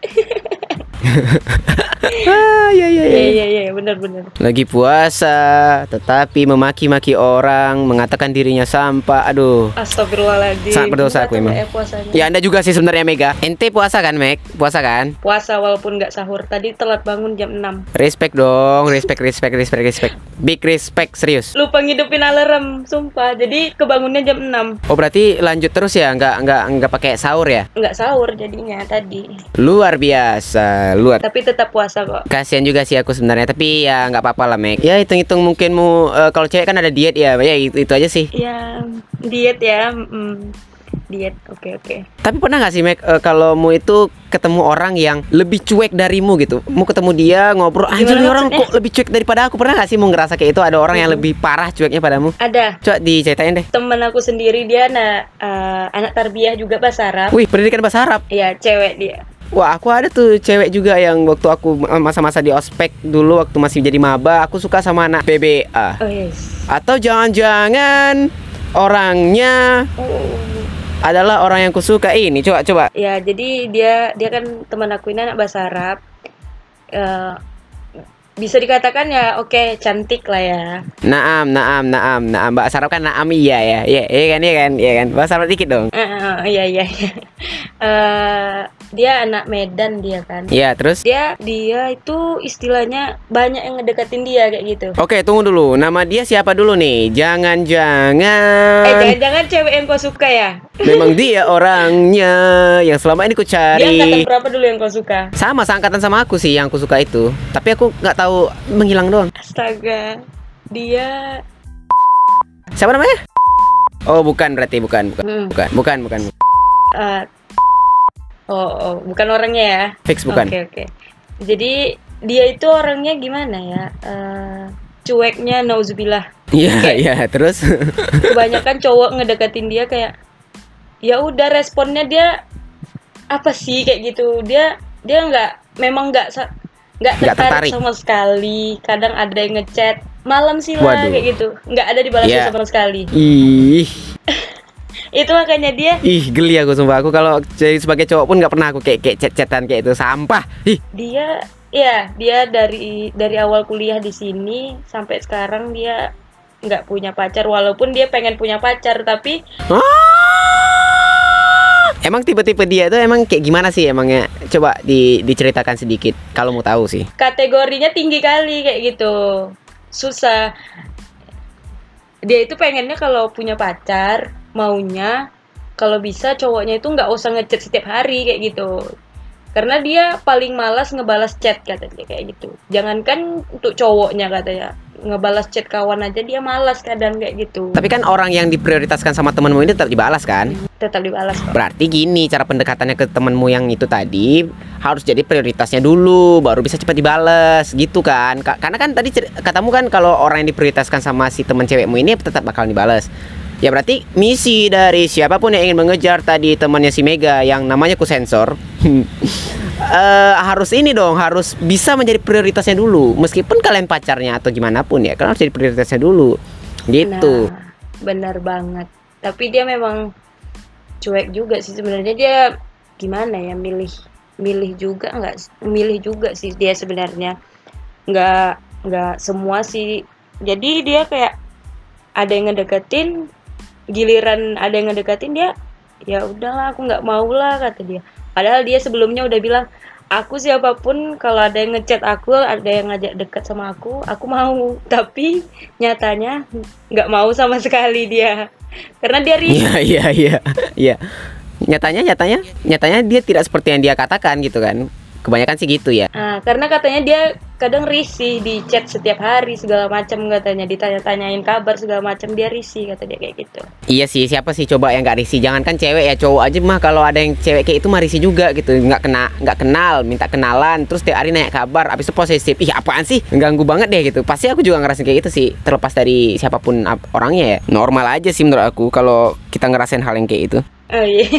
Iya, benar. Lagi puasa, tetapi memaki-maki orang, mengatakan dirinya sampah. Aduh. Astagfirullahaladzim. Sangat berdosa aku emang. Ya Anda juga sih sebenarnya Mega. Ente puasa kan, Meg? Puasa kan? Puasa walaupun nggak sahur. Tadi telat bangun jam 6. Respect dong, respect. Big respect, serius. Lupa ngidupin alarm, sumpah. Jadi kebangunnya jam 6. Oh berarti lanjut terus ya, nggak pakai sahur ya? Nggak sahur jadinya tadi. Luar biasa, Tapi tetap puasa kok. Kasian juga sih aku sebenarnya, tapi ya nggak apa-apa lah Meg. Ya hitung-hitung mungkin kalau cewek kan ada diet ya itu aja sih. Ya diet ya. Diet, oke. Tapi pernah nggak sih Meg, kalau mau itu ketemu orang yang lebih cuek darimu gitu, mau ketemu dia ngobrol, anjir nih orang kok lebih cuek daripada aku. Pernah nggak sih mau ngerasa kayak itu ada orang yang lebih parah cueknya padamu? Ada. Coba diceritain deh. Temen aku sendiri dia anak tarbiyah juga bahasa Arab. Wih, pendidikan bahasa Arab. Iya, cewek dia. Wah, aku ada tuh cewek juga yang waktu aku masa-masa di ospek dulu waktu masih jadi maba, aku suka sama anak PBA. Oh yes. Atau jangan-jangan orangnya adalah orang yang kusuka ini. Coba. Ya, jadi dia kan teman aku ini anak bahasa Arab. Bisa dikatakan ya oke, cantik lah ya. Naam. Bahasa Arab kan naam iya kan. Bahasa Arab dikit dong. Iya. Dia anak Medan dia kan. Iya, terus? Dia itu istilahnya banyak yang ngedeketin dia kayak gitu. Oke, tunggu dulu. Nama dia siapa dulu nih? Jangan-jangan cewek yang kau suka ya? Memang dia orangnya yang selama ini ku cari. Dia angkatan berapa dulu yang kau suka? Sama, seangkatan sama aku sih yang ku suka itu. Tapi aku nggak tahu, menghilang doang. Astaga. Dia siapa namanya? Oh, bukan berarti bukan. Bukan. Bukan orangnya ya. Fix bukan. Oke. Jadi dia itu orangnya gimana ya? Cueknya nauzubillah. Iya, terus kebanyakan cowok ngedeketin dia kayak ya udah, responnya dia apa sih kayak gitu. Dia nggak tertarik sama sekali. Kadang ada yang ngechat malam sih lah kayak gitu. Nggak ada dibalasnya sama sekali. Ih. Itu makanya dia geli aku sumpah. Aku kalau jadi sebagai cowok pun nggak pernah aku kayak chat-chatan kayak itu, sampah. Dia dari awal kuliah di sini sampai sekarang dia nggak punya pacar, walaupun dia pengen punya pacar tapi Emang tipe-tipe dia itu emang kayak gimana sih emangnya? Coba diceritakan sedikit kalau mau tahu sih. Kategorinya tinggi kali kayak gitu. Susah. Dia itu pengennya kalau punya pacar, maunya kalau bisa cowoknya itu nggak usah ngechat setiap hari kayak gitu. Karena dia paling malas ngebalas chat katanya kayak gitu. Jangankan untuk cowoknya katanya, ngebalas chat kawan aja dia malas kadang kayak gitu. Tapi kan orang yang diprioritaskan sama temenmu ini tetap dibalas kan? Tetap dibalas kok. Berarti gini cara pendekatannya ke temenmu yang itu tadi, harus jadi prioritasnya dulu baru bisa cepat dibales gitu kan. Karena kan tadi katamu kan kalau orang yang diprioritaskan sama si teman cewekmu ini tetap bakal dibales. Ya berarti misi dari siapapun yang ingin mengejar tadi temannya si Mega yang namanya ku sensor harus ini dong, harus bisa menjadi prioritasnya dulu. Meskipun kalian pacarnya atau gimana pun ya, kalian harus jadi prioritasnya dulu. Gitu. Nah, benar banget. Tapi dia memang cuek juga sih sebenarnya. Dia gimana ya, milih juga sih dia sebenarnya. Nggak semua sih. Jadi dia kayak ada yang ngedeketin, giliran ada yang ngedeketin dia, ya udahlah aku nggak mau lah kata dia. Padahal dia sebelumnya udah bilang, aku siapapun kalau ada yang ngechat aku, ada yang ngajak dekat sama aku mau. Tapi nyatanya nggak mau sama sekali dia, karena dia risih. Iya. Nyatanya dia tidak seperti yang dia katakan gitu kan. Kebanyakan sih gitu ya. Karena katanya dia kadang risih di chat setiap hari segala macam, katanya ditanya-tanyain kabar segala macam, dia risih kata dia kayak gitu. Iya sih, siapa sih coba yang nggak risih? Jangankan cewek ya, cowok aja mah kalau ada yang cewek kayak itu mah risih juga gitu. Nggak kenal, minta kenalan, terus tiap hari nanya kabar, abis itu posesif. Ih apaan sih? Ganggu banget deh gitu. Pasti aku juga ngerasain kayak gitu sih. Terlepas dari siapapun orangnya ya. Normal aja sih menurut aku kalau kita ngerasain hal yang kayak itu. Oh iya.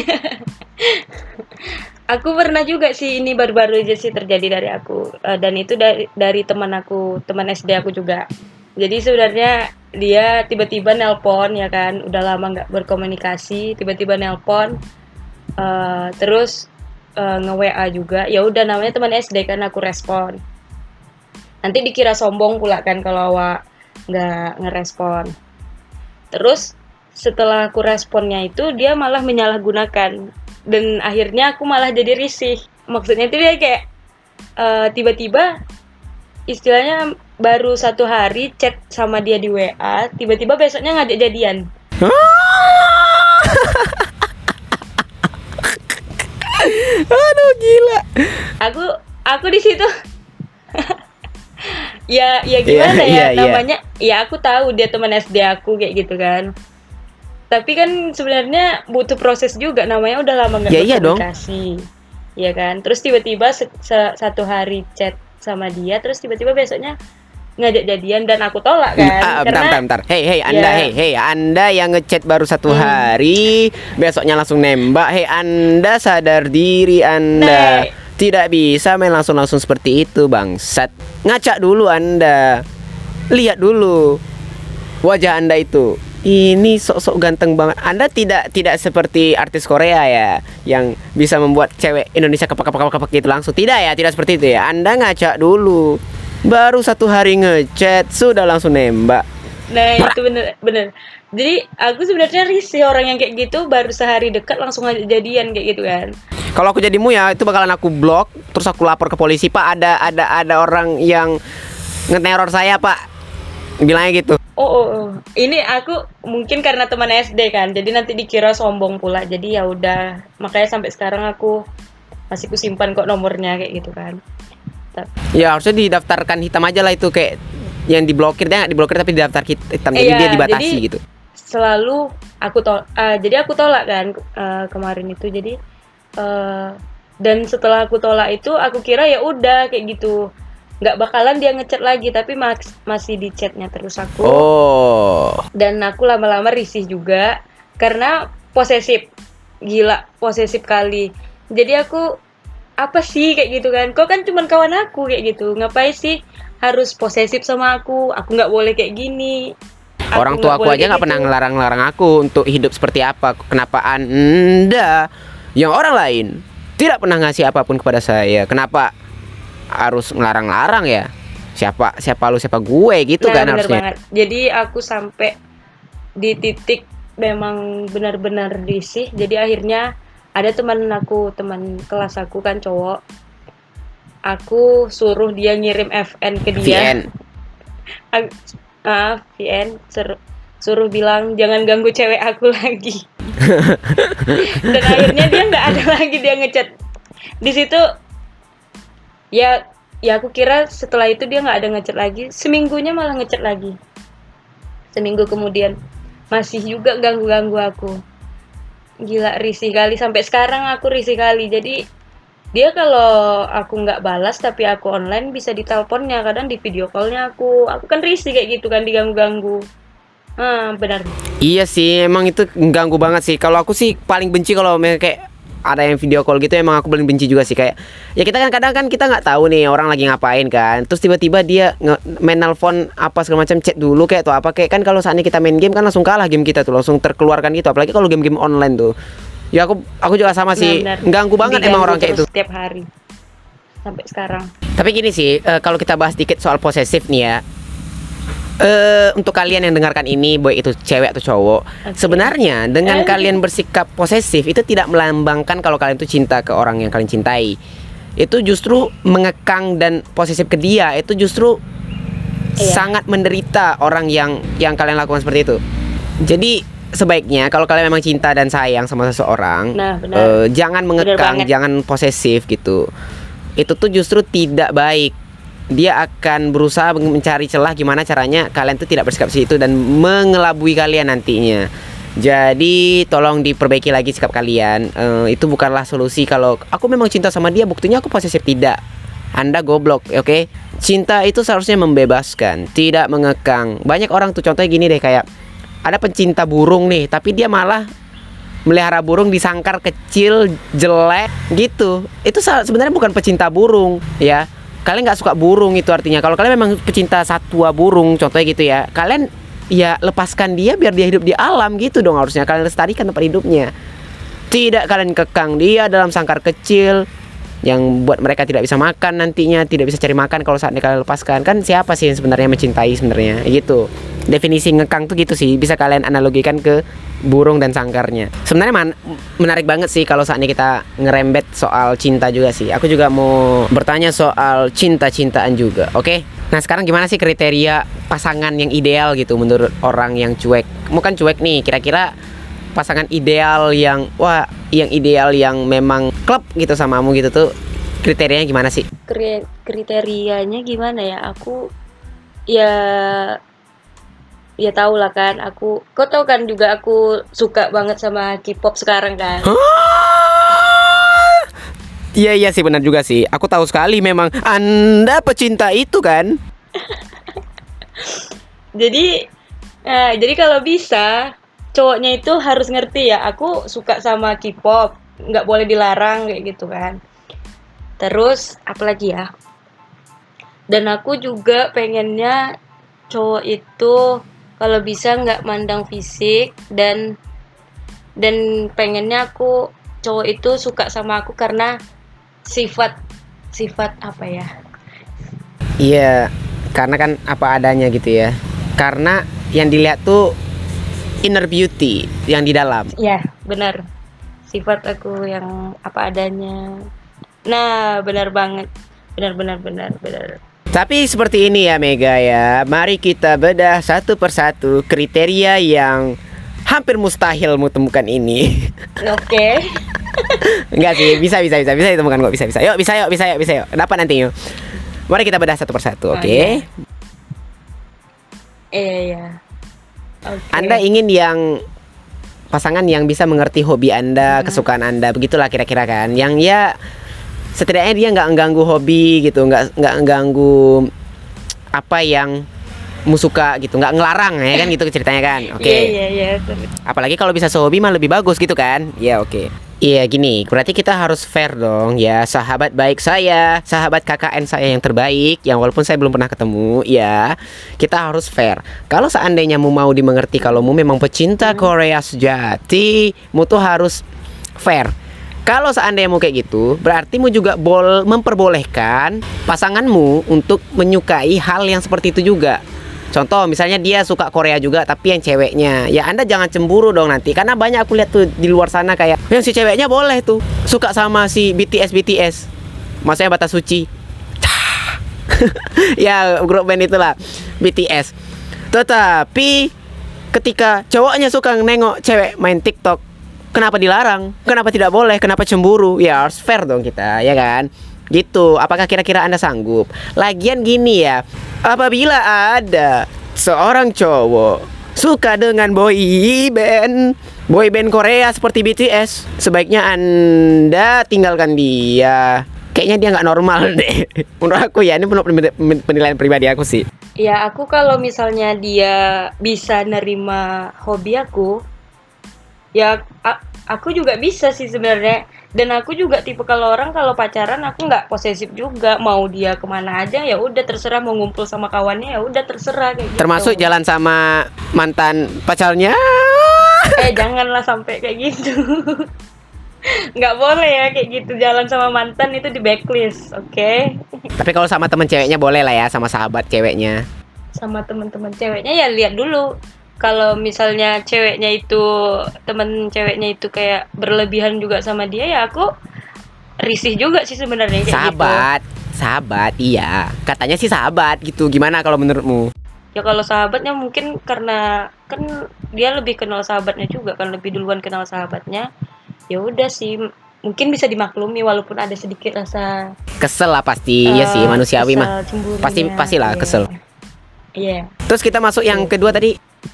Aku pernah juga sih, ini baru-baru aja sih terjadi dari aku, dan itu dari teman aku, teman SD aku juga. Jadi sebenarnya dia tiba-tiba nelpon ya kan, udah lama nggak berkomunikasi, tiba-tiba nelpon, terus nge-WA juga. Ya udah namanya teman SD kan, aku respon. Nanti dikira sombong pula kan kalau awak nggak ngerespon. Terus setelah aku responnya itu dia malah menyalahgunakan. Dan akhirnya aku malah jadi risih. Maksudnya itu dia kayak tiba-tiba istilahnya baru 1 hari chat sama dia di WA, tiba-tiba besoknya ngajak jadian. Aduh gila. Aku di situ. ya gimana namanya. Ya aku tahu dia teman SD aku kayak gitu kan. Tapi kan sebenarnya butuh proses juga, namanya udah lama nggak berkomunikasi, ya kan. Terus tiba-tiba 1 hari chat sama dia, terus tiba-tiba besoknya ngajak jadian dan aku tolak kan. Bentar. Hei Anda yang ngechat baru 1 hari, besoknya langsung nembak. Hei Anda sadar diri Anda. Tidak bisa main langsung seperti itu bangsat. Ngacak dulu Anda. Lihat dulu wajah Anda itu. Ini sok-sok ganteng banget. Anda tidak seperti artis Korea ya, yang bisa membuat cewek Indonesia kepak gitu langsung. Tidak ya, tidak seperti itu ya. Anda ngacak dulu. Baru 1 hari ngechat sudah langsung nembak. Nah itu bener. Jadi aku sebenarnya risih orang yang kayak gitu, baru sehari dekat langsung ngajak jadian kayak gitu kan. Kalau aku jadimu ya itu bakalan aku blok, terus aku lapor ke polisi. Pak, ada orang yang ngeteror saya Pak, bilangnya gitu. Oh. Ini aku mungkin karena teman SD kan, jadi nanti dikira sombong pula. Jadi ya udah, makanya sampai sekarang aku masih kusimpan kok nomornya kayak gitu kan. Ya harusnya didaftarkan hitam aja lah itu, kayak yang diblokir. Dia nggak diblokir tapi didaftar hitam, jadi dia dibatasi jadi, gitu. Selalu aku tolak kan kemarin itu. Jadi dan setelah aku tolak itu, aku kira ya udah kayak gitu, nggak bakalan dia ngechat lagi, tapi masih di chatnya terus aku. Dan aku lama-lama risih juga karena posesif, gila posesif kali. Jadi aku apa sih kayak gitu kan, kok kan cuman kawan aku kayak gitu, ngapain sih harus posesif sama aku nggak boleh kayak gini. Orang tua aku aja nggak pernah ngelarang aku untuk hidup seperti apa. Kenapa Anda yang orang lain tidak pernah ngasih apapun kepada saya, kenapa harus ngelarang-larang ya? Siapa lu siapa gue gitu kan harusnya. Banget. Jadi aku sampai di titik memang benar-benar risih. Jadi akhirnya ada teman kelas aku kan cowok, aku suruh dia ngirim FN ke dia. VN suruh bilang jangan ganggu cewek aku lagi. Dan akhirnya dia nggak ada lagi dia ngechat. Di situ Ya, ya aku kira setelah itu dia nggak ada ngechat lagi. Seminggunya malah ngechat lagi. Seminggu kemudian masih juga ganggu-ganggu aku. Gila, risih kali, sampai sekarang aku risih kali. Jadi dia kalau aku nggak balas tapi aku online bisa diteleponnya, kadang di video callnya aku kan risih kayak gitu kan, diganggu-ganggu. Benar. Iya sih, emang itu ganggu banget sih. Kalau aku sih paling benci kalau kayak ada yang video call gitu, emang aku paling benci juga sih. Kayak ya kita kan kadang kan kita nggak tahu nih orang lagi ngapain kan, terus tiba-tiba dia main nelpon apa segala macam, chat dulu kayak atau apa, kayak kan kalau saatnya kita main game kan langsung kalah game kita tuh, langsung terkeluarkan gitu, apalagi kalau game-game online tuh. Ya aku juga sama sih, ganggu banget emang orang kayak itu setiap hari sampai sekarang. Tapi gini sih, kalau kita bahas dikit soal posesif nih ya, untuk kalian yang dengarkan ini, baik itu cewek atau cowok, sebenarnya dengan kalian bersikap posesif itu tidak melambangkan kalau kalian itu cinta ke orang yang kalian cintai. Itu justru mengekang dan posesif ke dia, itu justru sangat menderita orang yang kalian lakukan seperti itu. Jadi sebaiknya kalau kalian memang cinta dan sayang sama seseorang, jangan mengekang, jangan posesif gitu. Itu tuh justru tidak baik. Dia akan berusaha mencari celah gimana caranya kalian tuh tidak bersikap seperti itu dan mengelabui kalian nantinya. Jadi tolong diperbaiki lagi sikap kalian. Itu bukanlah solusi. Kalau aku memang cinta sama dia, buktinya aku posesif, tidak. Anda goblok, oke? Cinta itu seharusnya membebaskan, tidak mengekang. Banyak orang tuh contohnya gini deh, kayak ada pencinta burung nih, tapi dia malah melihara burung di sangkar kecil jelek gitu. Itu sebenarnya bukan pecinta burung ya. Kalian nggak suka burung, itu artinya kalau kalian memang pecinta satwa burung contohnya gitu ya, kalian ya lepaskan dia biar dia hidup di alam gitu dong. Harusnya kalian lestarikan tempat hidupnya, tidak kalian kekang dia dalam sangkar kecil yang buat mereka tidak bisa makan nantinya, tidak bisa cari makan kalau saatnya kalian lepaskan. Kan siapa sih yang sebenarnya mencintai sebenarnya gitu. Definisi ngekang tuh gitu sih, bisa kalian analogikan ke burung dan sangkarnya. Sebenarnya menarik banget sih kalau saatnya kita ngerembet soal cinta juga sih. Aku juga mau bertanya soal cinta-cintaan juga, oke? Nah sekarang gimana sih kriteria pasangan yang ideal gitu menurut orang yang cuek? Bukan cuek nih, kira-kira pasangan ideal yang yang ideal yang memang klub gitu samamu gitu tuh, kriterianya gimana sih? Kriterianya gimana ya? Aku ya tahu lah kan, kau tahu kan juga aku suka banget sama K-pop sekarang kan. Iya sih, benar juga sih. Aku tahu sekali memang Anda pecinta itu kan. Jadi kalau bisa cowoknya itu harus ngerti ya, aku suka sama K-pop, nggak boleh dilarang kayak gitu kan. Terus apalagi ya? Dan aku juga pengennya cowok itu kalau bisa nggak mandang fisik, dan pengennya cowok itu suka sama aku karena sifat apa ya? Iya, karena kan apa adanya gitu ya. Karena yang dilihat tuh inner beauty yang di dalam. Ya, benar. Sifat aku yang apa adanya. Nah, benar banget. Benar. Tapi seperti ini ya Mega ya. Mari kita bedah satu persatu kriteria yang hampir mustahil mu temukan ini. Oke. Enggak sih, bisa ditemukan kok, bisa. Yuk, bisa yuk. Dapat nanti yuk. Mari kita bedah satu persatu, oke? Iya. Okay. Anda ingin yang pasangan yang bisa mengerti hobi Anda, kesukaan Anda, begitulah kira-kira kan. Yang ya setidaknya dia nggak mengganggu hobi gitu, nggak mengganggu apa yang mu suka gitu, nggak ngelarang ya kan gitu ceritanya kan. Oke. Iya. Apalagi kalau bisa sehobi mah lebih bagus gitu kan. Ya oke. Iya gini, berarti kita harus fair dong ya, sahabat baik saya, sahabat KKN saya yang terbaik, yang walaupun saya belum pernah ketemu ya, kita harus fair. Kalau seandainya mu mau dimengerti, kalau mu memang pecinta Korea sejati, mu tuh harus fair. Kalau seandainya mu kayak gitu, berarti mu juga memperbolehkan pasanganmu untuk menyukai hal yang seperti itu juga. Contoh misalnya dia suka Korea juga tapi yang ceweknya, ya Anda jangan cemburu dong nanti. Karena banyak aku lihat tuh di luar sana kayak yang si ceweknya boleh tuh suka sama si BTS, maksudnya Batas Suci. Ya grup band itulah BTS. Tetapi ketika cowoknya suka nengok cewek main TikTok, kenapa dilarang? Kenapa tidak boleh? Kenapa cemburu? Ya harus fair dong kita, ya kan? Gitu. Apakah kira-kira Anda sanggup? Lagian gini ya, apabila ada seorang cowok suka dengan boy band Korea seperti BTS, sebaiknya Anda tinggalkan dia. Kayaknya dia nggak normal deh. Menurut aku ya, ini penilaian pribadi aku sih. Ya, aku kalau misalnya dia bisa nerima hobi aku, ya aku juga bisa sih sebenarnya. Dan aku juga tipe kalau orang kalau pacaran aku nggak posesif juga, mau dia kemana aja ya udah terserah, mau ngumpul sama kawannya ya udah terserah kayak gitu. Termasuk jalan sama mantan pacarnya. Janganlah sampai kayak gitu. Nggak boleh ya kayak gitu, jalan sama mantan itu di backlist, oke? Tapi kalau sama temen ceweknya boleh lah ya, sama sahabat ceweknya. Sama teman-teman ceweknya ya lihat dulu. Kalau misalnya temen ceweknya itu kayak berlebihan juga sama dia, ya aku risih juga sih sebenarnya kayak Sahabat, gitu. Sahabat, iya. Katanya sih sahabat gitu. Gimana kalau menurutmu? Ya kalau sahabatnya mungkin karena kan dia lebih kenal sahabatnya juga kan, lebih duluan kenal sahabatnya. Ya udah sih, mungkin bisa dimaklumi walaupun ada sedikit rasa kesel lah pasti. Iya sih, manusiawi mah. Pastilah kesel. Iya. Terus kita masuk yang kedua tadi.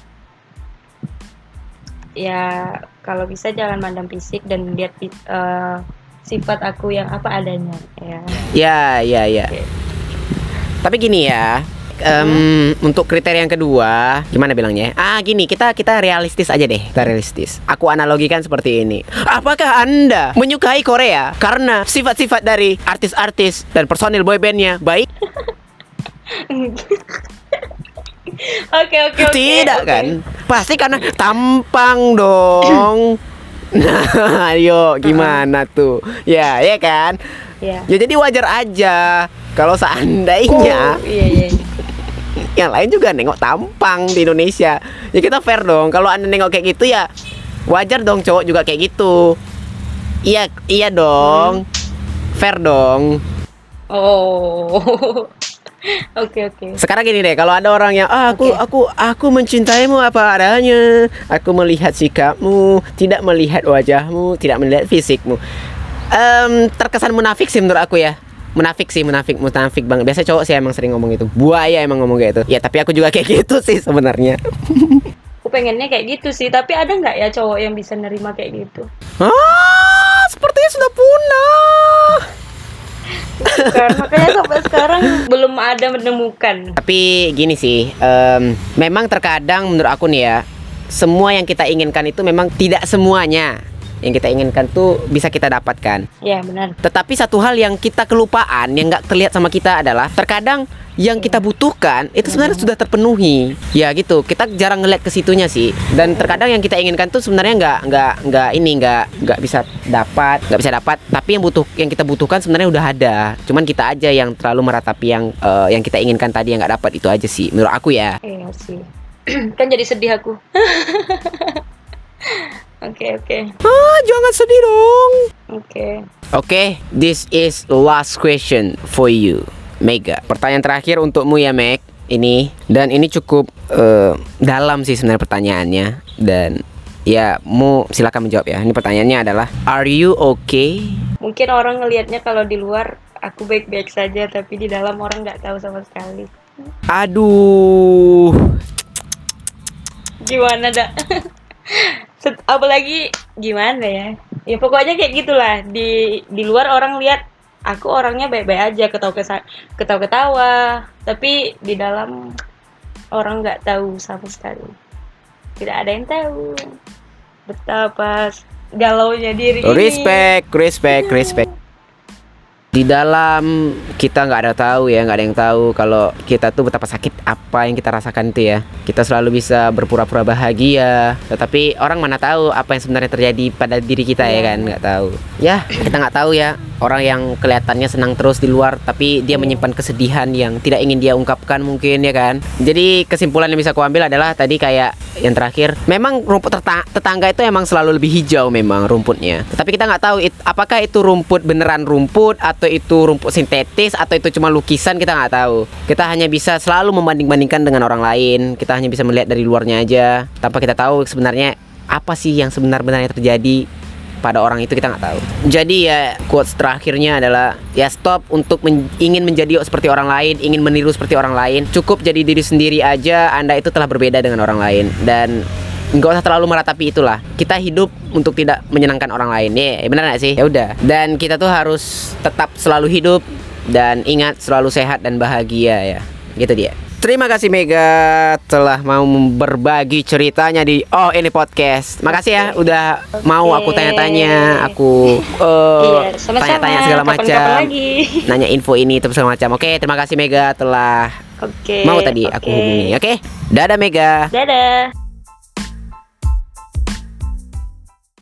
Ya kalau bisa jangan mandang fisik dan lihat sifat aku yang apa adanya ya. Ya. Okay. Tapi gini ya, untuk kriteria yang kedua gimana bilangnya? Gini, kita realistis aja deh. Kita realistis. Aku analogikan seperti ini. Apakah Anda menyukai Korea karena sifat-sifat dari artis-artis dan personil boybandnya baik? Oke. Tidak kan? Pasti karena tampang dong. Nah, ayo gimana tuh? Ya kan? Ya jadi wajar aja kalau seandainya iya. Yang lain juga nengok tampang di Indonesia. Ya kita fair dong. Kalau Anda nengok kayak gitu ya wajar dong cowok juga kayak gitu. Iya dong. Fair dong. Oh. Oke. Sekarang gini deh, kalau ada orang yang aku mencintaimu apa adanya, aku melihat sikapmu, tidak melihat wajahmu, tidak melihat fisikmu. Terkesan munafik sih menurut aku ya. Munafik banget. Biasa cowok sih emang sering ngomong gitu. Buaya emang ngomong kayak gitu. Ya tapi aku juga kayak gitu sih sebenarnya. Aku pengennya kayak gitu sih, tapi ada nggak ya cowok yang bisa nerima kayak gitu? Sepertinya sudah punah. Makanya sampai sekarang belum ada menemukan. Tapi gini sih, memang terkadang menurut aku nih ya, semua yang kita inginkan itu memang tidak semuanya yang kita inginkan tuh bisa kita dapatkan. Ya benar. Tetapi satu hal yang kita kelupaan, yang nggak terlihat sama kita adalah terkadang yang kita butuhkan itu sebenarnya sudah terpenuhi. Ya gitu, kita jarang ngeliat ke situnya sih. Dan terkadang yang kita inginkan tuh sebenarnya nggak bisa dapat. Tapi yang kita butuhkan sebenarnya udah ada. Cuman kita aja yang terlalu meratapi yang kita inginkan tadi yang nggak dapat, itu aja sih menurut aku ya. Iya sih. Kan jadi sedih aku. Oke. Jangan sedih dong. Oke, this is last question for you, Mega. Pertanyaan terakhir untukmu ya, Meg. Dan ini cukup dalam sih sebenarnya pertanyaannya. Dan ya, silakan menjawab ya. Ini pertanyaannya adalah, are you okay? Mungkin orang ngelihatnya kalau di luar aku baik-baik saja, tapi di dalam orang nggak tahu sama sekali. Aduh. Gimana dah? Apalagi gimana ya? Ya pokoknya kayak gitulah. Di luar orang lihat aku orangnya baik-baik aja, ketawa-ketawa, tapi di dalam orang nggak tahu sama sekali. Tidak ada yang tahu betapa galaunya diri ini. Respect. Di dalam kita nggak ada yang tahu kalau kita tuh betapa sakit apa yang kita rasakan itu ya. Kita selalu bisa berpura-pura bahagia, tetapi orang mana tahu apa yang sebenarnya terjadi pada diri kita ya kan, nggak tahu. Ya kita nggak tahu ya, orang yang kelihatannya senang terus di luar tapi dia menyimpan kesedihan yang tidak ingin dia ungkapkan mungkin ya kan. Jadi kesimpulan yang bisa aku ambil adalah tadi kayak yang terakhir, memang rumput tetangga itu emang selalu lebih hijau memang rumputnya, tetapi kita nggak tahu apakah itu rumput beneran rumput atau itu rumput sintetis atau itu cuma lukisan, kita nggak tahu. Kita hanya bisa selalu membanding-bandingkan dengan orang lain. Kita hanya bisa melihat dari luarnya aja tanpa kita tahu sebenarnya apa sih yang sebenarnya terjadi pada orang itu kita nggak tahu. Jadi ya quotes terakhirnya adalah ya stop untuk ingin menjadi seperti orang lain, ingin meniru seperti orang lain. Cukup jadi diri sendiri aja. Anda itu telah berbeda dengan orang lain dan nggak usah terlalu meratapi itulah. Kita hidup untuk tidak menyenangkan orang lain. Ya benar nggak sih? Ya udah. Dan kita tuh harus tetap selalu hidup dan ingat selalu sehat dan bahagia ya. Gitu dia. Terima kasih Mega telah mau berbagi ceritanya di Oh Ini Podcast. Makasih ya udah mau aku tanya-tanya, aku tanya-tanya segala macam, nanya info ini terus segala macam. Oke, terima kasih Mega telah mau tadi aku hubungi. Oke, dadah Mega. Dadah.